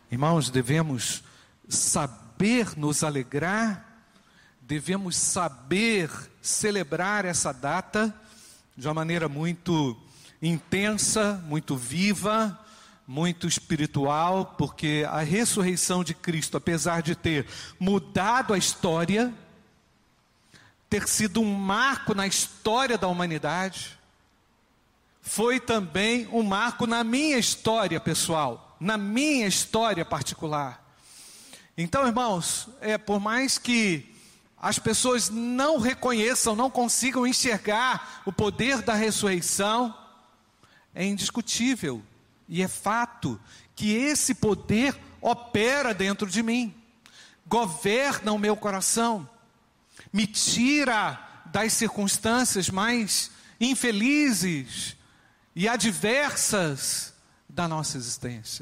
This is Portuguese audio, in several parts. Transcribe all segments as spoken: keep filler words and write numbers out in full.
Irmãos, devemos saber nos alegrar, devemos saber celebrar essa data de uma maneira muito intensa, muito viva, muito espiritual, porque a ressurreição de Cristo, apesar de ter mudado a história, ter sido um marco na história da humanidade, foi também um marco na minha história pessoal, na minha história particular. Então, irmãos, é, por mais que as pessoas não reconheçam, não consigam enxergar o poder da ressurreição, é indiscutível e é fato que esse poder opera dentro de mim, governa o meu coração, me tira das circunstâncias mais infelizes e adversas da nossa existência.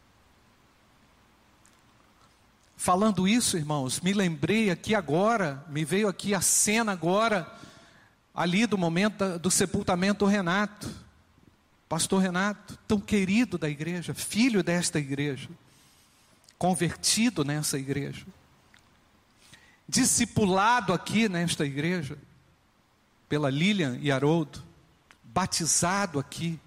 Falando isso, irmãos, me lembrei aqui agora, me veio aqui a cena agora, ali do momento do sepultamento do Renato, pastor Renato, tão querido da igreja, filho desta igreja, convertido nessa igreja, discipulado aqui nesta igreja, pela Lilian e Haroldo, batizado aqui,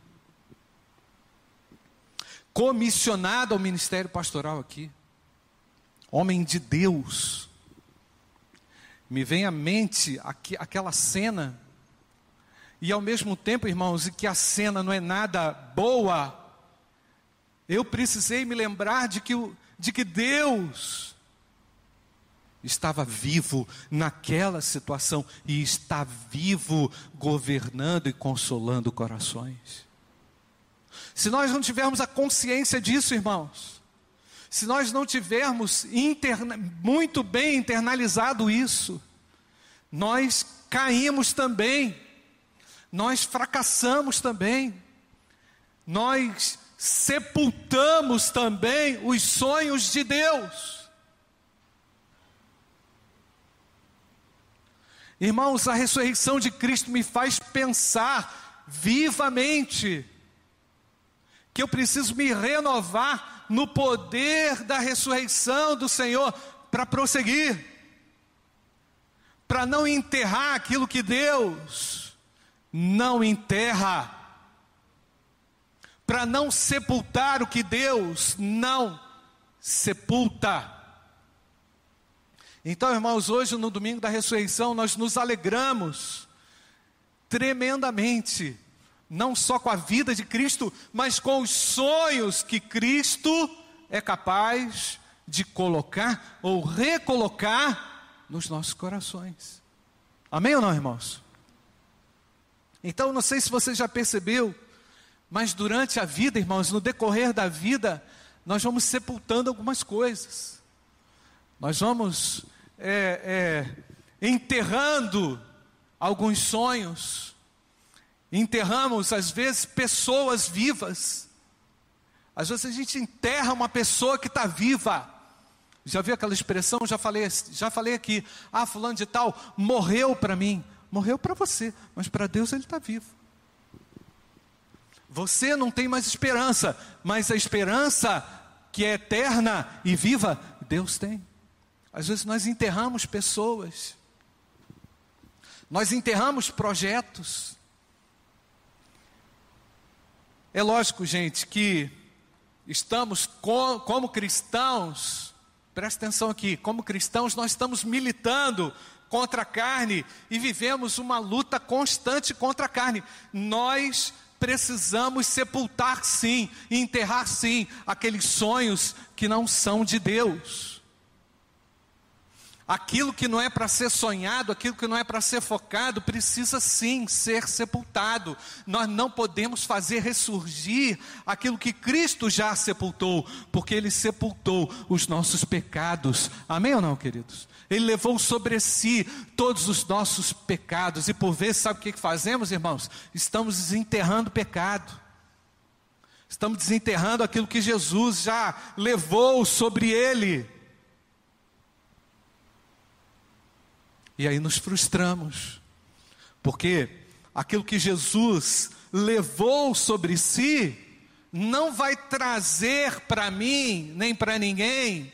comissionado ao ministério pastoral aqui, homem de Deus. Me vem à mente aqui, aquela cena, e ao mesmo tempo, irmãos, e que a cena não é nada boa, eu precisei me lembrar de que, de que Deus estava vivo naquela situação, e está vivo governando e consolando corações. Se nós não tivermos a consciência disso, irmãos, se nós não tivermos interna, muito bem internalizado isso, nós caímos também, nós fracassamos também, nós sepultamos também os sonhos de Deus. Irmãos, a ressurreição de Cristo me faz pensar vivamente que eu preciso me renovar no poder da ressurreição do Senhor, para prosseguir, para não enterrar aquilo que Deus não enterra, para não sepultar o que Deus não sepulta. Então, irmãos, hoje no domingo da ressurreição, nós nos alegramos tremendamente, não só com a vida de Cristo, mas com os sonhos que Cristo é capaz de colocar ou recolocar nos nossos corações. Amém ou não, irmãos? Então, não sei se você já percebeu, mas durante a vida, irmãos, no decorrer da vida, nós vamos sepultando algumas coisas. Nós vamos é, é, enterrando alguns sonhos. Enterramos, às vezes, pessoas vivas. Às vezes a gente enterra uma pessoa que está viva. Já viu aquela expressão? Já falei, já falei aqui. Ah, fulano de tal morreu para mim. Morreu para você, mas para Deus ele está vivo. Você não tem mais esperança, mas a esperança que é eterna e viva, Deus tem. Às vezes nós enterramos pessoas. Nós enterramos projetos. É lógico, gente, que estamos com, como cristãos, presta atenção aqui, como cristãos nós estamos militando contra a carne e vivemos uma luta constante contra a carne. Nós precisamos sepultar sim, e enterrar sim, aqueles sonhos que não são de Deus. Aquilo que não é para ser sonhado, aquilo que não é para ser focado, precisa sim ser sepultado. Nós não podemos fazer ressurgir aquilo que Cristo já sepultou, porque Ele sepultou os nossos pecados. Amém ou não, queridos? Ele levou sobre si todos os nossos pecados, e por vezes, sabe o que fazemos, irmãos? Estamos desenterrando o pecado. Estamos desenterrando aquilo que Jesus já levou sobre Ele. E aí nos frustramos, porque aquilo que Jesus levou sobre si, não vai trazer para mim, nem para ninguém,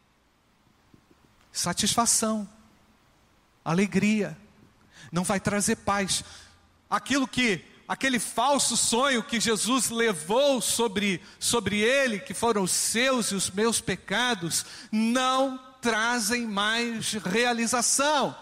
satisfação, alegria, não vai trazer paz. Aquilo que, aquele falso sonho que Jesus levou sobre, sobre ele, que foram os seus e os meus pecados, não trazem mais realização.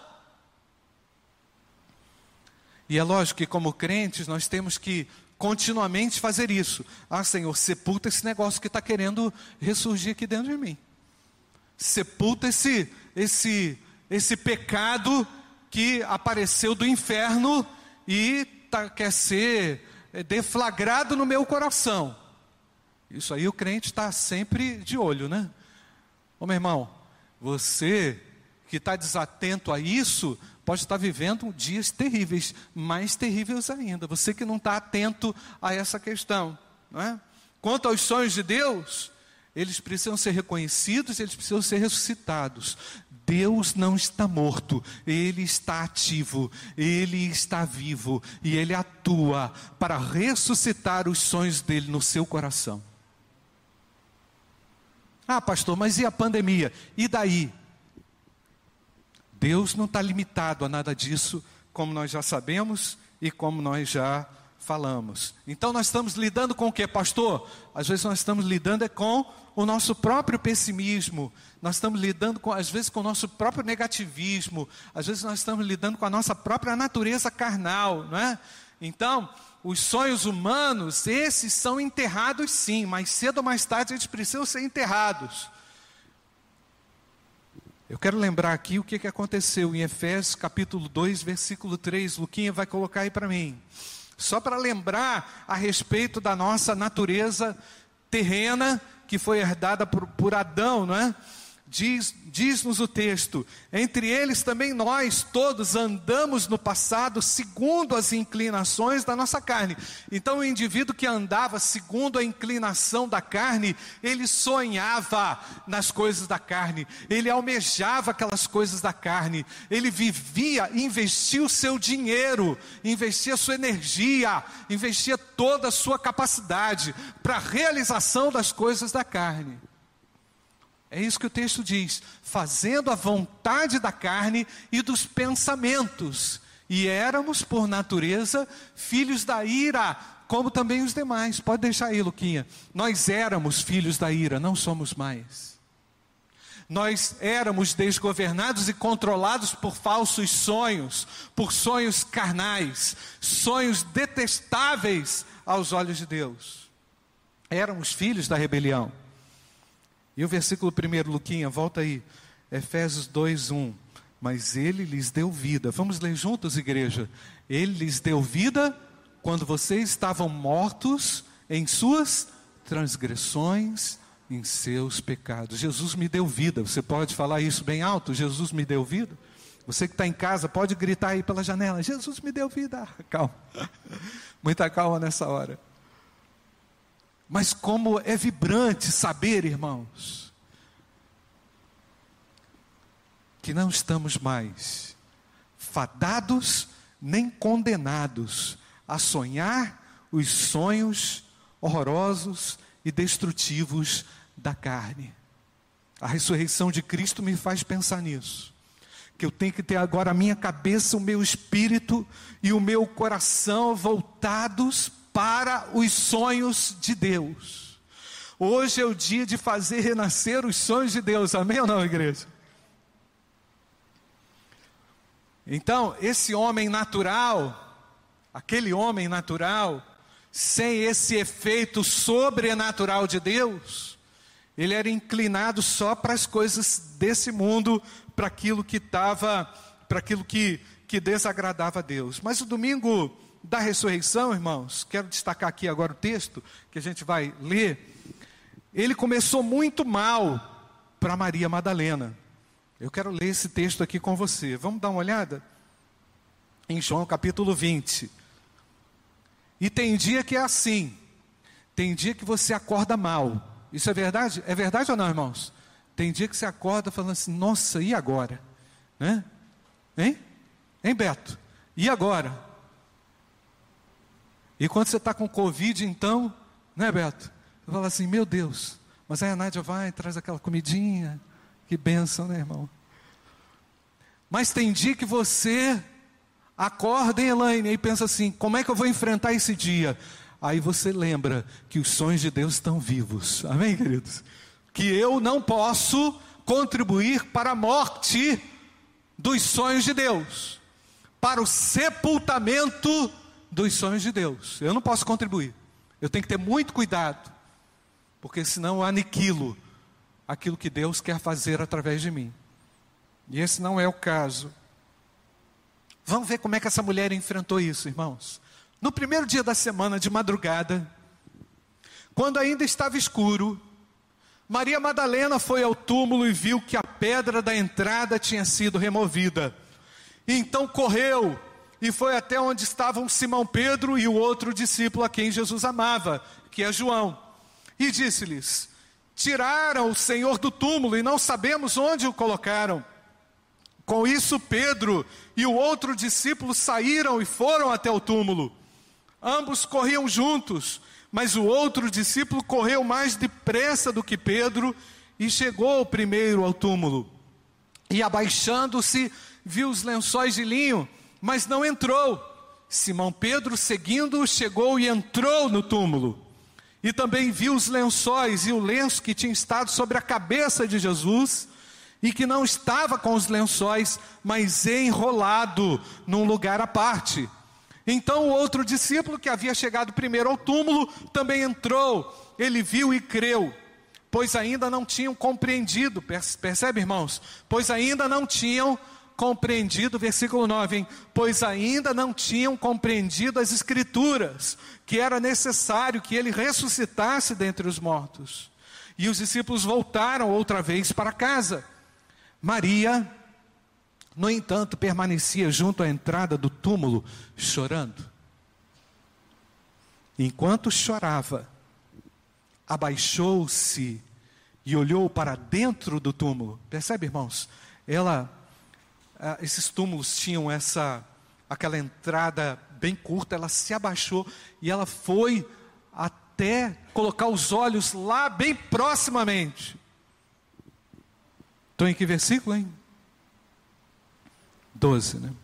E é lógico que como crentes nós temos que continuamente fazer isso. Ah, Senhor, sepulta esse negócio que está querendo ressurgir aqui dentro de mim. Sepulta esse, esse, esse pecado que apareceu do inferno e tá, quer ser deflagrado no meu coração. Isso aí o crente está sempre de olho, né? Ô meu irmão, você que está desatento a isso, pode estar vivendo dias terríveis, mais terríveis ainda. Você que não está atento a essa questão, não é? Quanto aos sonhos de Deus, eles precisam ser reconhecidos, eles precisam ser ressuscitados. Deus não está morto, Ele está ativo, Ele está vivo, e Ele atua para ressuscitar os sonhos dele no seu coração. Ah, pastor, mas e a pandemia? E daí? Deus não está limitado a nada disso, como nós já sabemos e como nós já falamos. Então nós estamos lidando com o que, pastor? Às vezes nós estamos lidando é com o nosso próprio pessimismo, nós estamos lidando com, às vezes com o nosso próprio negativismo, às vezes nós estamos lidando com a nossa própria natureza carnal, não é? Então, os sonhos humanos, esses são enterrados sim, mais cedo ou mais tarde eles precisam ser enterrados. Eu quero lembrar aqui o que, que aconteceu em Efésios capítulo dois, versículo três, Luquinha vai colocar aí para mim. Só para lembrar a respeito da nossa natureza terrena, que foi herdada por, por Adão, não é? Diz, diz-nos o texto, entre eles também nós todos andamos no passado segundo as inclinações da nossa carne. Então o indivíduo que andava segundo a inclinação da carne, ele sonhava nas coisas da carne, ele almejava aquelas coisas da carne, ele vivia, investia o seu dinheiro, investia a sua energia, investia toda a sua capacidade para a realização das coisas da carne. É isso que o texto diz, fazendo a vontade da carne e dos pensamentos. E éramos, por natureza, filhos da ira, como também os demais. Pode deixar aí, Luquinha. Nós éramos filhos da ira, não somos mais. Nós éramos desgovernados e controlados por falsos sonhos, por sonhos carnais, sonhos detestáveis aos olhos de Deus. Éramos filhos da rebelião. E o versículo primeiro, Luquinha, volta aí, Efésios dois, um, mas ele lhes deu vida, vamos ler juntos, igreja, ele lhes deu vida quando vocês estavam mortos em suas transgressões, em seus pecados. Jesus me deu vida, você pode falar isso bem alto, Jesus me deu vida? Você que está em casa, pode gritar aí pela janela, Jesus me deu vida, calma, muita calma nessa hora. Mas como é vibrante saber, irmãos, que não estamos mais fadados nem condenados a sonhar os sonhos horrorosos e destrutivos da carne. A ressurreição de Cristo me faz pensar nisso. Que eu tenho que ter agora a minha cabeça, o meu espírito e o meu coração voltados para os sonhos de Deus. Hoje é o dia de fazer renascer os sonhos de Deus, amém ou não, igreja? Então, esse homem natural, aquele homem natural, sem esse efeito sobrenatural de Deus, ele era inclinado só para as coisas desse mundo, para aquilo que estava, para aquilo que, que desagradava a Deus. Mas o domingo da ressurreição, irmãos, quero destacar aqui agora o texto que a gente vai ler. Ele começou muito mal para Maria Madalena. Eu quero ler esse texto aqui com você. Vamos dar uma olhada? Em João capítulo vinte. E tem dia que é assim. Tem dia que você acorda mal. Isso é verdade? É verdade ou não, irmãos? Tem dia que você acorda falando assim, nossa, e agora? Né? Hein? Hein, Beto? E agora? E quando você está com Covid, então, Né, Beto? Eu falo assim, meu Deus, mas aí a Nádia vai, traz aquela comidinha, que bênção, né, irmão? Mas tem dia que você acorda, hein, Elaine, e pensa assim, como é que eu vou enfrentar esse dia? Aí você lembra que os sonhos de Deus estão vivos, amém, queridos? Que eu não posso contribuir para a morte dos sonhos de Deus, para o sepultamento dos sonhos de Deus. Eu não posso contribuir, eu tenho que ter muito cuidado, porque senão eu aniquilo aquilo que Deus quer fazer através de mim. E esse não é o caso. Vamos ver como é que essa mulher enfrentou isso, irmãos. No primeiro dia da semana, de madrugada, quando ainda estava escuro, Maria Madalena foi ao túmulo e viu que a pedra da entrada tinha sido removida. E então correu e foi até onde estavam Simão Pedro e o outro discípulo a quem Jesus amava, que é João. E disse-lhes, tiraram o Senhor do túmulo e não sabemos onde o colocaram. Com isso Pedro e o outro discípulo saíram e foram até o túmulo. Ambos corriam juntos, mas o outro discípulo correu mais depressa do que Pedro e chegou primeiro ao túmulo. E abaixando-se, viu os lençóis de linho, mas não entrou. Simão Pedro, seguindo-o, chegou e entrou no túmulo. E também viu os lençóis e o lenço que tinha estado sobre a cabeça de Jesus, e que não estava com os lençóis, mas enrolado num lugar à parte. Então o outro discípulo, que havia chegado primeiro ao túmulo, também entrou. Ele viu e creu, pois ainda não tinham compreendido, percebe, irmãos? Pois ainda não tinham compreendido, versículo nove, hein? Pois ainda não tinham compreendido as Escrituras, que era necessário que ele ressuscitasse dentre os mortos. E os discípulos voltaram outra vez para casa. Maria, no entanto, permanecia junto à entrada do túmulo, chorando. Enquanto chorava, abaixou-se e olhou para dentro do túmulo. Percebe, irmãos? Ela, esses túmulos tinham essa, aquela entrada bem curta, ela se abaixou e ela foi até colocar os olhos lá bem proximamente. Estou em que versículo, hein? doze, né?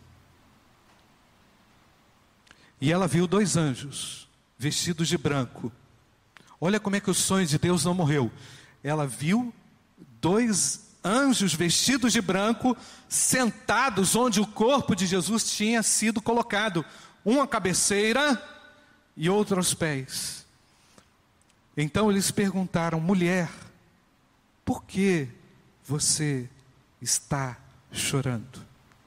E ela viu dois anjos, vestidos de branco. Olha como é que o sonho de Deus não morreu. Ela viu dois anjos vestidos de branco, sentados onde o corpo de Jesus tinha sido colocado. Um à cabeceira e outro aos pés. Então eles perguntaram, mulher, por que você está chorando?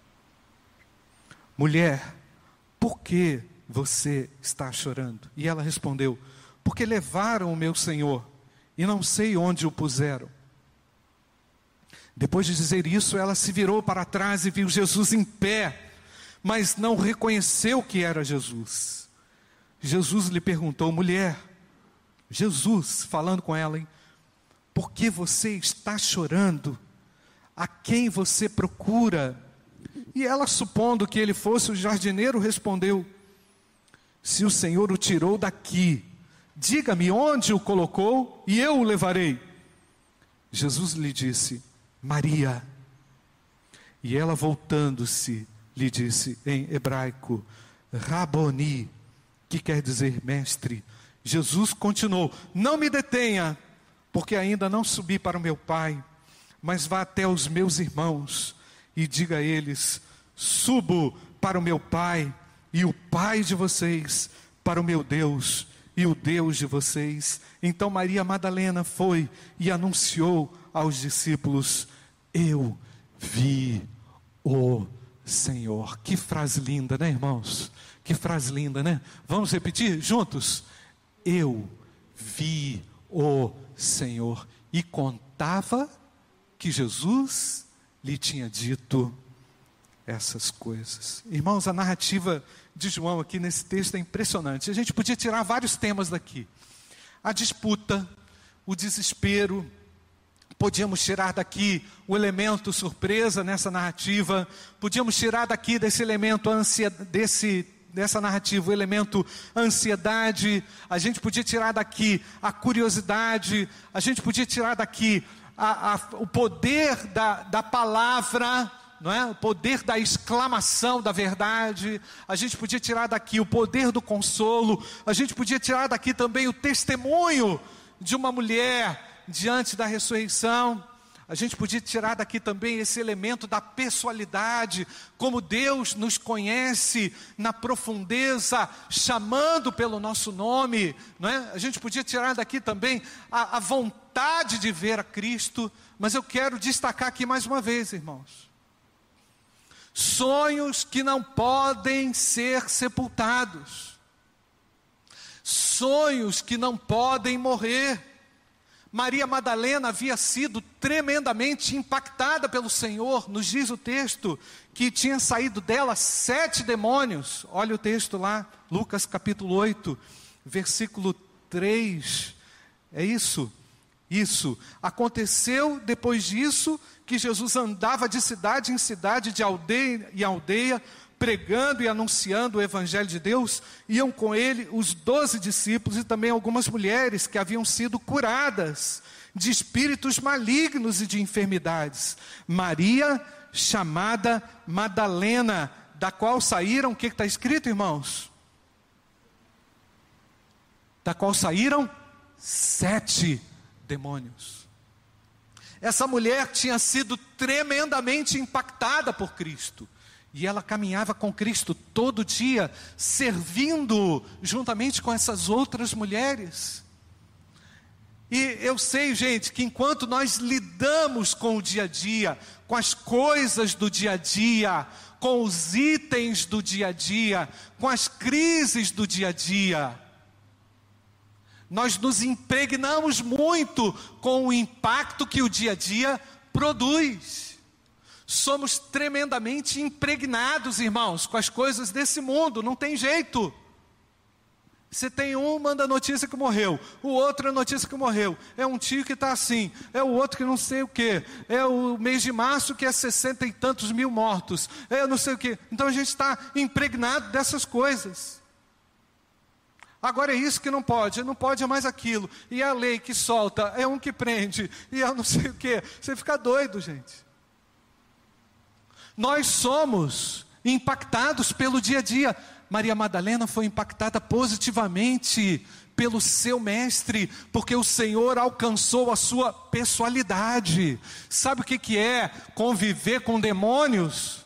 Mulher, por que você está chorando? E ela respondeu, porque levaram o meu Senhor e não sei onde o puseram. Depois de dizer isso, ela se virou para trás e viu Jesus em pé, mas não reconheceu que era Jesus. Jesus lhe perguntou, mulher, Jesus falando com ela, hein? Por que você está chorando? A quem você procura? E ela, supondo que ele fosse o jardineiro, respondeu, se o Senhor o tirou daqui, diga-me onde o colocou e eu o levarei. Jesus lhe disse, Maria. E ela, voltando-se, lhe disse em hebraico, Raboni, que quer dizer mestre. Jesus continuou, não me detenha, porque ainda não subi para o meu Pai, mas vá até os meus irmãos e diga a eles, subo para o meu Pai e o Pai de vocês, para o meu Deus e o Deus de vocês. Então Maria Madalena foi e anunciou aos discípulos, eu vi o Senhor. Que frase linda, né, irmãos? Que frase linda, né? Vamos repetir juntos? Eu vi o Senhor. E contava que Jesus lhe tinha dito essas coisas. Irmãos, a narrativa de João aqui nesse texto é impressionante. A gente podia tirar vários temas daqui. A disputa, o desespero. Podíamos tirar daqui o elemento surpresa nessa narrativa. Podíamos tirar daqui desse elemento ansia, desse dessa narrativa o elemento ansiedade, a gente podia tirar daqui a curiosidade, a gente podia tirar daqui a, a, o poder da, da palavra, não é? O poder da exclamação da verdade, a gente podia tirar daqui o poder do consolo, a gente podia tirar daqui também o testemunho de uma mulher diante da ressurreição. A gente podia tirar daqui também esse elemento da pessoalidade, como Deus nos conhece na profundeza, chamando pelo nosso nome, não é? A gente podia tirar daqui também a, a vontade de ver a Cristo, mas eu quero destacar aqui mais uma vez, irmãos, sonhos que não podem ser sepultados, sonhos que não podem morrer. Maria Madalena havia sido tremendamente impactada pelo Senhor. Nos diz o texto que tinha saído dela sete demônios. Olha o texto lá, Lucas capítulo oito, versículo três. É isso? Isso. Aconteceu depois disso que Jesus andava de cidade em cidade, de aldeia em aldeia, pregando e anunciando o Evangelho de Deus. Iam com ele os doze discípulos e também algumas mulheres que haviam sido curadas de espíritos malignos e de enfermidades. Maria, chamada Madalena, da qual saíram, o que está escrito, irmãos? Da qual saíram sete demônios. Essa mulher tinha sido tremendamente impactada por Cristo. E ela caminhava com Cristo todo dia, servindo juntamente com essas outras mulheres. E eu sei, gente, que enquanto nós lidamos com o dia a dia, com as coisas do dia a dia, com os itens do dia a dia, com as crises do dia a dia, nós nos impregnamos muito com o impacto que o dia a dia produz. Somos tremendamente impregnados, irmãos, com as coisas desse mundo, não tem jeito. Você tem um, manda notícia que morreu, o outro é notícia que morreu, é um tio que está assim, é o outro que não sei o que, é o mês de março que é sessenta e tantos mil mortos, é não sei o que. Então a gente está impregnado dessas coisas. Agora é isso que não pode, não pode é mais aquilo, e a lei que solta, é um que prende, e é não sei o que, você fica doido, gente. Nós somos impactados pelo dia a dia. Maria Madalena foi impactada positivamente pelo seu mestre, porque o Senhor alcançou a sua pessoalidade. Sabe o que que é conviver com demônios?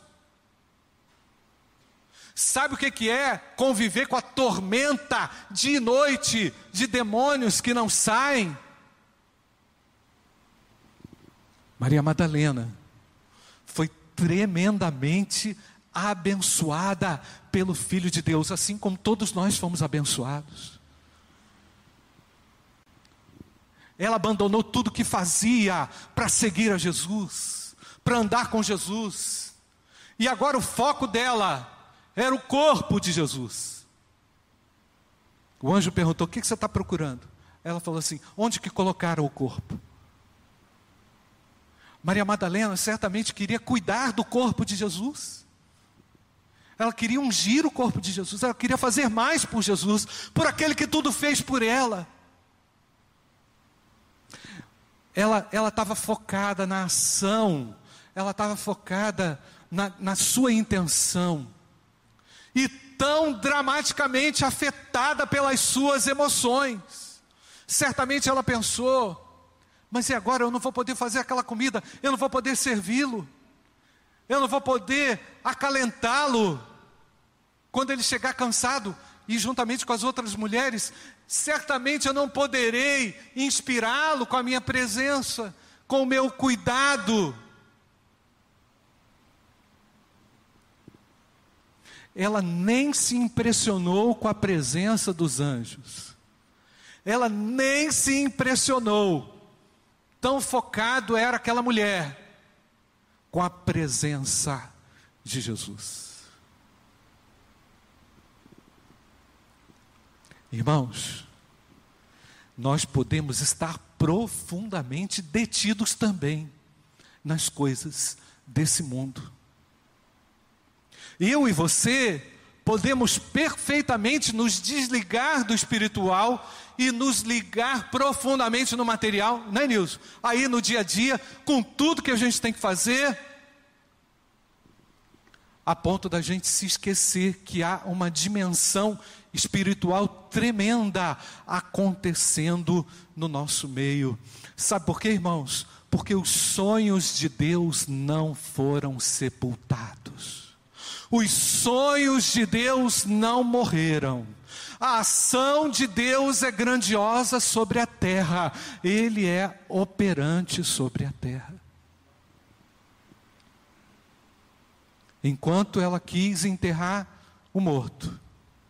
Sabe o que que é conviver com a tormenta de noite de demônios que não saem? Maria Madalena foi tremendamente abençoada pelo Filho de Deus, assim como todos nós fomos abençoados. Ela abandonou tudo que fazia para seguir a Jesus, para andar com Jesus, e agora o foco dela era o corpo de Jesus. O anjo perguntou: o que você está procurando? Ela falou assim: onde que colocaram o corpo? Maria Madalena certamente queria cuidar do corpo de Jesus. Ela queria ungir o corpo de Jesus. Ela queria fazer mais por Jesus, por aquele que tudo fez por ela. Ela ela estava focada na ação. Ela estava focada na, na sua intenção. E tão dramaticamente afetada pelas suas emoções. Certamente ela pensou: mas e agora? Eu não vou poder fazer aquela comida, eu não vou poder servi-lo, eu não vou poder acalentá-lo quando ele chegar cansado, e juntamente com as outras mulheres, certamente eu não poderei inspirá-lo com a minha presença, com o meu cuidado. Ela nem se impressionou com a presença dos anjos, ela nem se impressionou. Tão focado era aquela mulher com a presença de Jesus. Irmãos, nós podemos estar profundamente detidos também nas coisas desse mundo. Eu e você podemos perfeitamente nos desligar do espiritual e nos ligar profundamente no material, não é, Nilson? Aí no dia a dia, com tudo que a gente tem que fazer, a ponto da gente se esquecer que há uma dimensão espiritual tremenda acontecendo no nosso meio. Sabe por quê, irmãos? Porque os sonhos de Deus não foram sepultados. Os sonhos de Deus não morreram. A ação de Deus é grandiosa sobre a terra. Ele é operante sobre a terra. Enquanto ela quis enterrar o morto,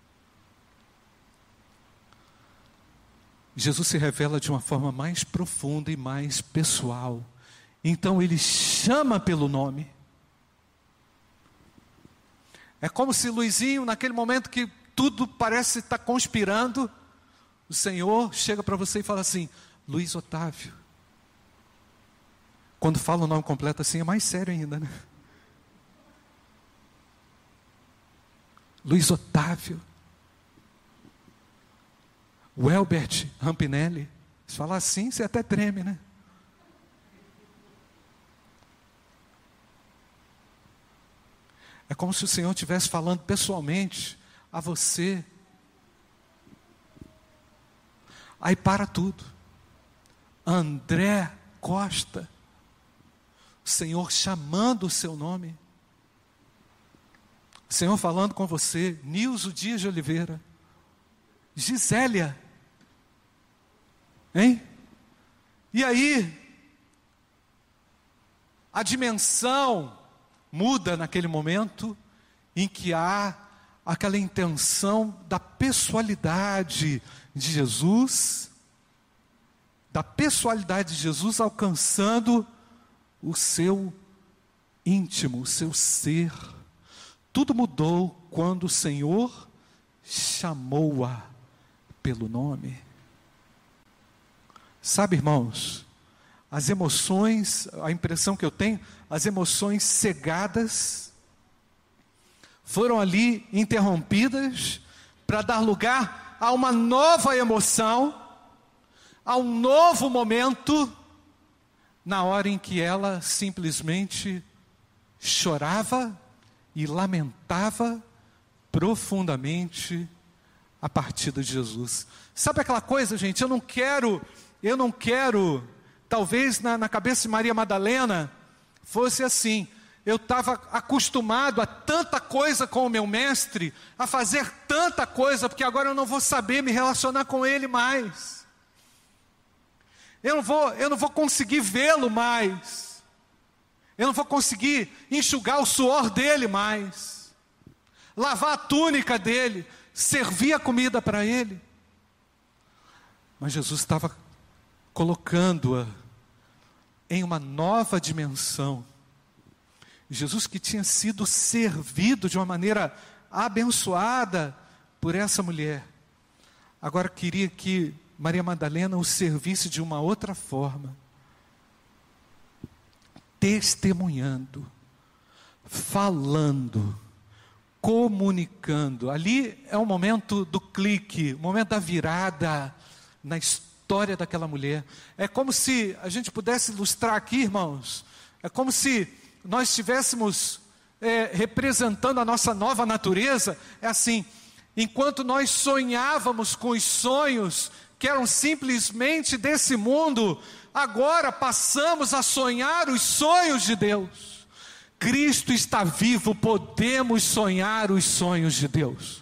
Jesus se revela de uma forma mais profunda e mais pessoal. Então ele chama pelo nome. É como se Luizinho, naquele momento que tudo parece estar conspirando, o Senhor chega para você e fala assim: Luiz Otávio. Quando fala o nome completo assim, é mais sério ainda, né? Luiz Otávio. O Elbert Rampinelli. Se falar assim, você até treme, né? É como se o Senhor estivesse falando pessoalmente a você. Aí para tudo. André Costa. O Senhor chamando o seu nome. O Senhor falando com você. Nilson Dias de Oliveira. Gisélia. Hein? E aí, a dimensão muda naquele momento em que há aquela intenção da pessoalidade de Jesus, da pessoalidade de Jesus alcançando o seu íntimo, o seu ser. Tudo mudou quando o Senhor chamou-a pelo nome. Sabe, irmãos, as emoções, a impressão que eu tenho, as emoções cegadas foram ali interrompidas para dar lugar a uma nova emoção, a um novo momento, na hora em que ela simplesmente chorava e lamentava profundamente a partida de Jesus. Sabe aquela coisa, gente? Eu não quero, eu não quero, talvez na, na cabeça de Maria Madalena, fosse assim. Eu estava acostumado a tanta coisa com o meu mestre, a fazer tanta coisa, porque agora eu não vou saber me relacionar com ele mais. Eu não vou, eu não vou conseguir vê-lo mais. Eu não vou conseguir enxugar o suor dele mais. Lavar a túnica dele, servir a comida para ele. Mas Jesus estava colocando-a em uma nova dimensão. Jesus, que tinha sido servido de uma maneira abençoada por essa mulher, agora queria que Maria Madalena o servisse de uma outra forma, testemunhando, falando, comunicando. Ali é o momento do clique, o momento da virada na história daquela mulher. É como se a gente pudesse ilustrar aqui, irmãos, é como se nós estivéssemos é, representando a nossa nova natureza. É assim, enquanto nós sonhávamos com os sonhos que eram simplesmente desse mundo, agora passamos a sonhar os sonhos de Deus. Cristo está vivo, podemos sonhar os sonhos de Deus.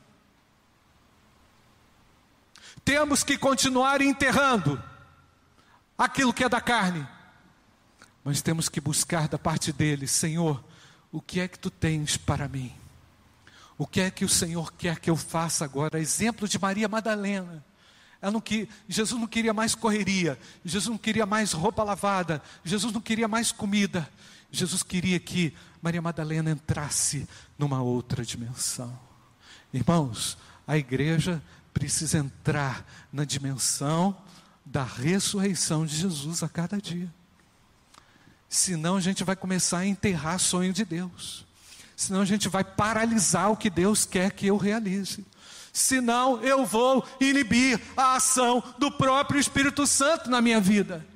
Temos que continuar enterrando aquilo que é da carne, mas temos que buscar da parte dele: Senhor, o que é que tu tens para mim? O que é que o Senhor quer que eu faça agora? Exemplo de Maria Madalena. Ela não que, Jesus não queria mais correria, Jesus não queria mais roupa lavada, Jesus não queria mais comida. Jesus queria que Maria Madalena entrasse numa outra dimensão. Irmãos, a igreja precisa entrar na dimensão da ressurreição de Jesus a cada dia. Senão a gente vai começar a enterrar sonho de Deus. senão a gente vai paralisar o que Deus quer que eu realize. Senão eu vou inibir a ação do próprio Espírito Santo na minha vida.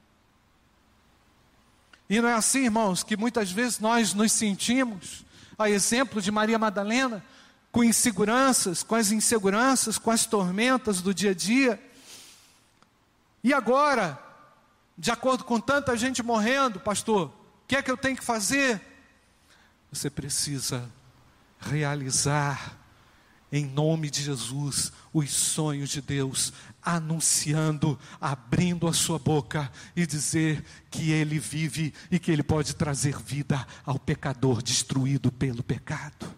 E não é assim, irmãos, que muitas vezes nós nos sentimos, a exemplo de Maria Madalena, com inseguranças, com as inseguranças, com as tormentas do dia a dia. E agora, de acordo com tanta gente morrendo, pastor, o que é que eu tenho que fazer? Você precisa realizar, em nome de Jesus, os sonhos de Deus, anunciando, abrindo a sua boca e dizer que Ele vive e que Ele pode trazer vida ao pecador destruído pelo pecado.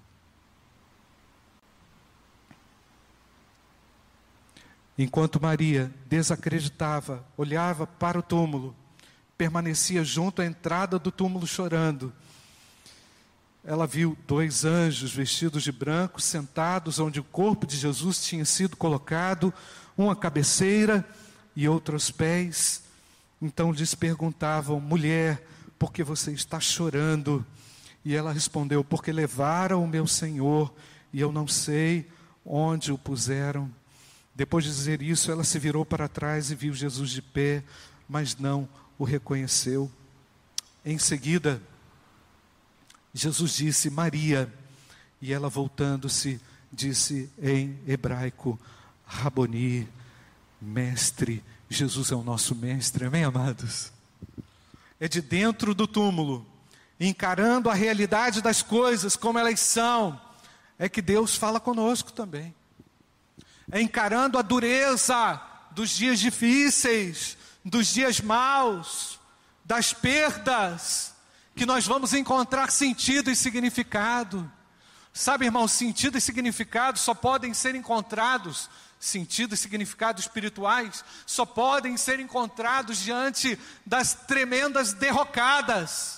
Enquanto Maria desacreditava, olhava para o túmulo, permanecia junto à entrada do túmulo chorando, ela viu dois anjos vestidos de branco, sentados onde o corpo de Jesus tinha sido colocado, um à cabeceira e outro aos pés. Então lhes perguntavam: mulher, por que você está chorando? E ela respondeu: porque levaram o meu Senhor e eu não sei onde o puseram. Depois de dizer isso, ela se virou para trás e viu Jesus de pé, mas não o reconheceu. Em seguida, Jesus disse: Maria. E ela, voltando-se, disse em hebraico: Raboni, mestre. Jesus é o nosso mestre, amém, amados? É de dentro do túmulo, encarando a realidade das coisas como elas são, é que Deus fala conosco também. É encarando a dureza dos dias difíceis, dos dias maus, das perdas, que nós vamos encontrar sentido e significado. Sabe, irmão, sentido e significado só podem ser encontrados, sentido e significado espirituais, só podem ser encontrados diante das tremendas derrocadas.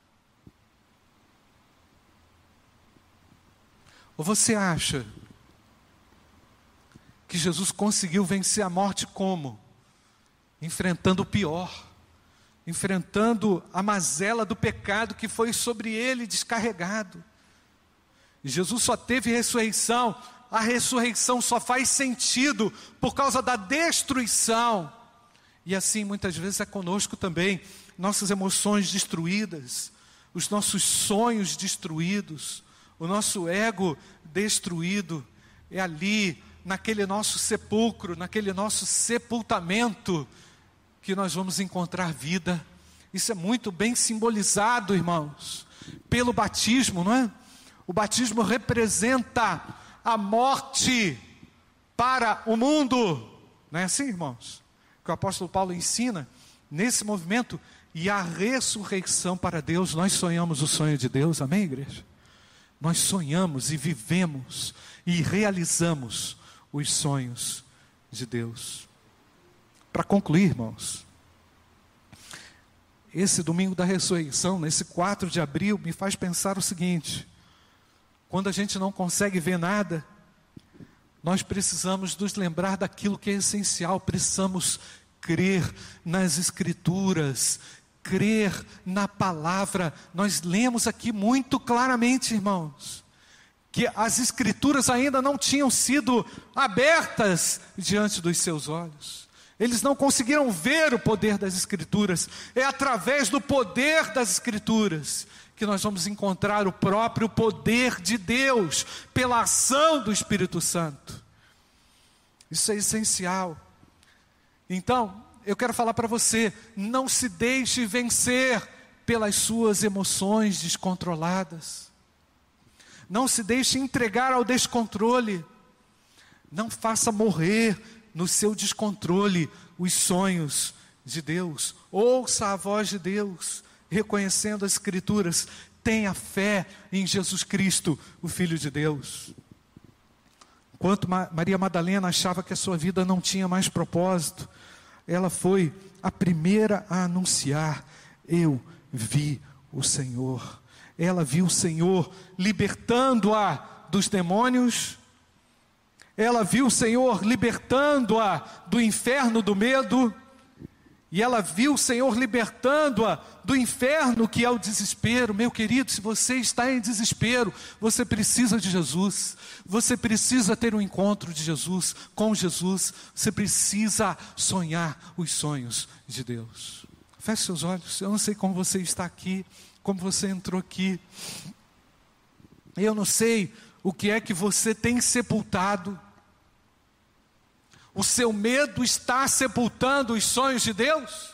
Ou você acha que Jesus conseguiu vencer a morte como? Enfrentando o pior, enfrentando a mazela do pecado que foi sobre ele descarregado. Jesus só teve ressurreição, a ressurreição só faz sentido por causa da destruição. E assim muitas vezes é conosco também, nossas emoções destruídas, os nossos sonhos destruídos, o nosso ego destruído, é ali, naquele nosso sepulcro, naquele nosso sepultamento, que nós vamos encontrar vida. Isso é muito bem simbolizado, irmãos, pelo batismo, não é? O batismo representa a morte para o mundo, não é assim, irmãos? Que o apóstolo Paulo ensina nesse movimento, e a ressurreição para Deus. Nós sonhamos o sonho de Deus, amém, igreja? Nós sonhamos e vivemos e realizamos os sonhos de Deus. Para concluir, irmãos, esse domingo da ressurreição, nesse quatro de abril, me faz pensar o seguinte: quando a gente não consegue ver nada, nós precisamos nos lembrar daquilo que é essencial, precisamos crer nas Escrituras, crer na palavra. Nós lemos aqui muito claramente, irmãos, que as Escrituras ainda não tinham sido abertas diante dos seus olhos. Eles não conseguiram ver o poder das Escrituras. É através do poder das Escrituras que nós vamos encontrar o próprio poder de Deus, pela ação do Espírito Santo. Isso é essencial. Então, eu quero falar para você, não se deixe vencer pelas suas emoções descontroladas. Não se deixe entregar ao descontrole. Não faça morrer no seu descontrole os sonhos de Deus. Ouça a voz de Deus, reconhecendo as Escrituras. Tenha fé em Jesus Cristo, o Filho de Deus. Enquanto Maria Madalena achava que a sua vida não tinha mais propósito, ela foi a primeira a anunciar: eu vi o Senhor. Ela viu o Senhor libertando-a dos demônios, ela viu o Senhor libertando-a do inferno do medo, e ela viu o Senhor libertando-a do inferno que é o desespero. Meu querido, se você está em desespero, você precisa de Jesus, você precisa ter um encontro de Jesus, com Jesus, você precisa sonhar os sonhos de Deus. Feche seus olhos. Eu não sei como você está aqui, como você entrou aqui, eu não sei o que é que você tem sepultado. O seu medo está sepultando os sonhos de Deus?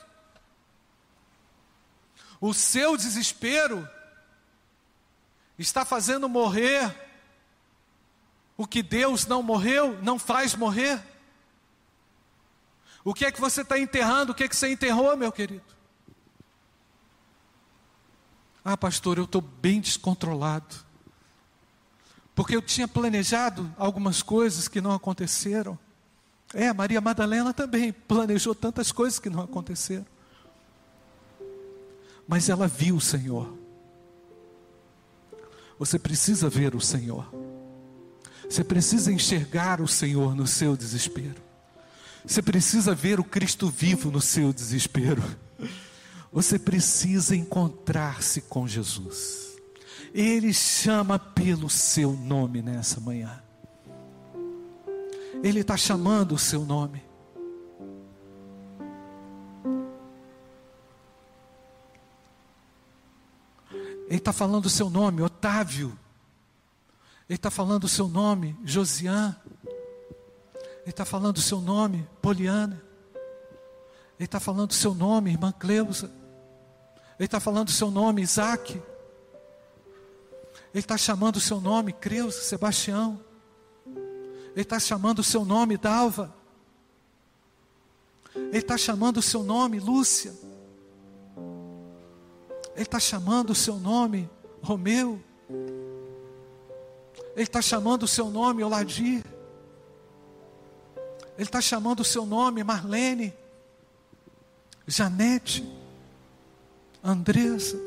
O seu desespero está fazendo morrer o que Deus não morreu, não faz morrer? O que é que você está enterrando? O que é que você enterrou, meu querido? Ah, pastor, eu estou bem descontrolado, porque eu tinha planejado algumas coisas que não aconteceram. É, Maria Madalena também planejou tantas coisas que não aconteceram. Mas ela viu o Senhor. Você precisa ver o Senhor. Você precisa enxergar o Senhor no seu desespero. Você precisa ver o Cristo vivo no seu desespero. Você precisa encontrar-se com Jesus. Ele chama pelo seu nome nessa manhã. Ele está chamando o seu nome. Ele está falando o seu nome, Otávio. Ele está falando o seu nome, Josiane. Ele está falando o seu nome, Poliana. Ele está falando o seu nome, irmã Cleusa. Ele está falando o seu nome, Isaac. Ele está chamando o seu nome, Creuza, Sebastião. Ele está chamando o seu nome, Dalva. Ele está chamando o seu nome, Lúcia. Ele está chamando o seu nome, Romeu. Ele está chamando o seu nome, Oladir. Ele está chamando o seu nome, Marlene, Janete, Andressa.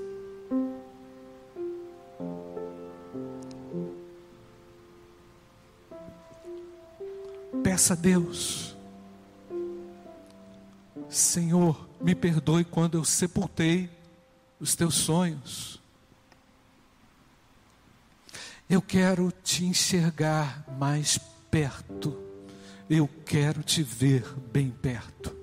Peça a Deus: Senhor, me perdoe quando eu sepultei os teus sonhos. Eu quero te enxergar mais perto. Eu quero te ver bem perto.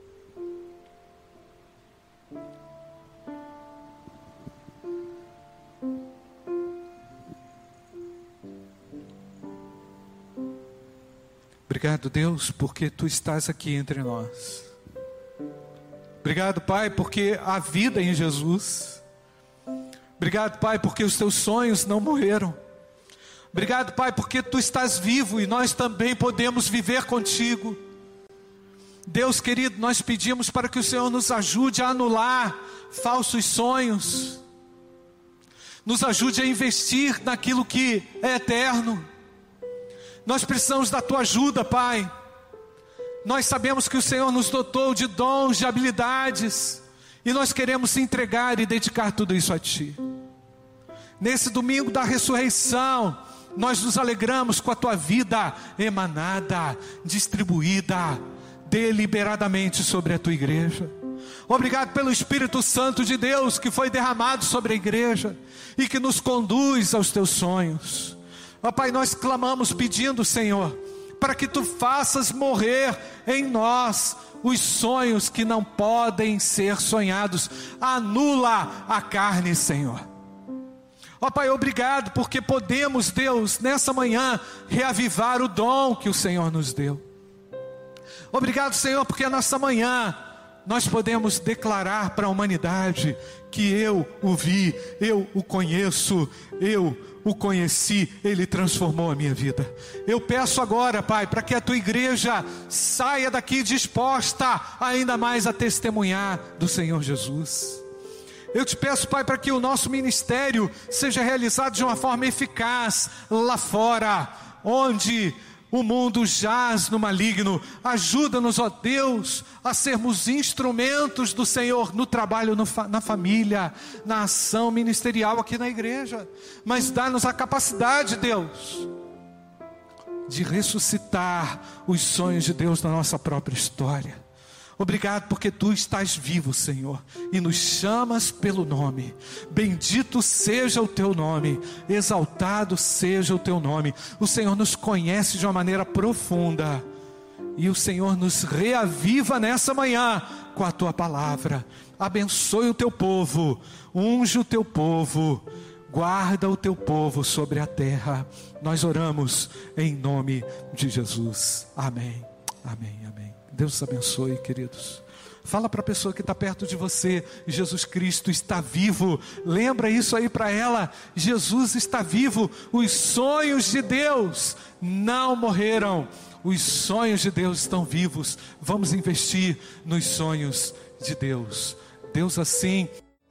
Obrigado, Deus, porque Tu estás aqui entre nós. Obrigado, Pai, porque há vida em Jesus. Obrigado, Pai, porque os Teus sonhos não morreram. Obrigado, Pai, porque Tu estás vivo e nós também podemos viver contigo. Deus querido, nós pedimos para que o Senhor nos ajude a anular falsos sonhos. Nos ajude a investir naquilo que é eterno. Nós precisamos da Tua ajuda, Pai. Nós sabemos que o Senhor nos dotou de dons, de habilidades, e nós queremos se entregar e dedicar tudo isso a Ti. Nesse domingo da ressurreição, nós nos alegramos com a Tua vida emanada, distribuída, deliberadamente sobre a Tua igreja. Obrigado pelo Espírito Santo de Deus que foi derramado sobre a igreja e que nos conduz aos Teus sonhos. Ó Pai, nós clamamos pedindo, Senhor, para que Tu faças morrer em nós os sonhos que não podem ser sonhados. Anula a carne, Senhor. Ó Pai, obrigado porque podemos, Deus, nessa manhã, reavivar o dom que o Senhor nos deu. Obrigado, Senhor, porque nessa manhã nós podemos declarar para a humanidade que eu o vi, eu o conheço, eu o conheci, Ele transformou a minha vida. Eu peço agora, Pai, para que a Tua igreja saia daqui disposta ainda mais a testemunhar do Senhor Jesus. Eu te peço, Pai, para que o nosso ministério seja realizado de uma forma eficaz lá fora, onde o mundo jaz no maligno. Ajuda-nos, ó Deus, a sermos instrumentos do Senhor no trabalho, no fa- na família, na ação ministerial aqui na igreja. Mas dá-nos a capacidade, Deus, de ressuscitar os sonhos de Deus na nossa própria história. Obrigado porque Tu estás vivo, Senhor, e nos chamas pelo nome. Bendito seja o Teu nome, exaltado seja o Teu nome. O Senhor nos conhece de uma maneira profunda, e o Senhor nos reaviva nessa manhã com a Tua palavra. Abençoe o Teu povo, unge o Teu povo, guarda o Teu povo sobre a terra. Nós oramos em nome de Jesus. Amém, amém, amém. Deus os abençoe, queridos. Fala para a pessoa que está perto de você: Jesus Cristo está vivo. Lembra isso aí para ela: Jesus está vivo. Os sonhos de Deus não morreram. Os sonhos de Deus estão vivos. Vamos investir nos sonhos de Deus. Deus assim...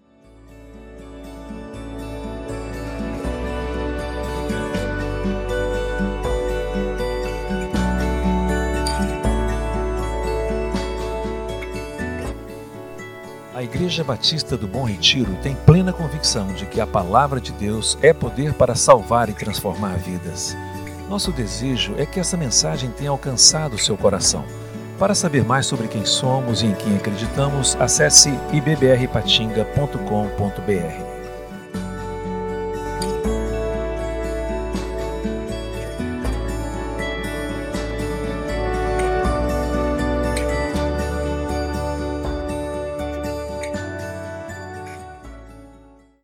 A Igreja Batista do Bom Retiro tem plena convicção de que a Palavra de Deus é poder para salvar e transformar vidas. Nosso desejo é que essa mensagem tenha alcançado o seu coração. Para saber mais sobre quem somos e em quem acreditamos, acesse i b b r patinga ponto com ponto b r.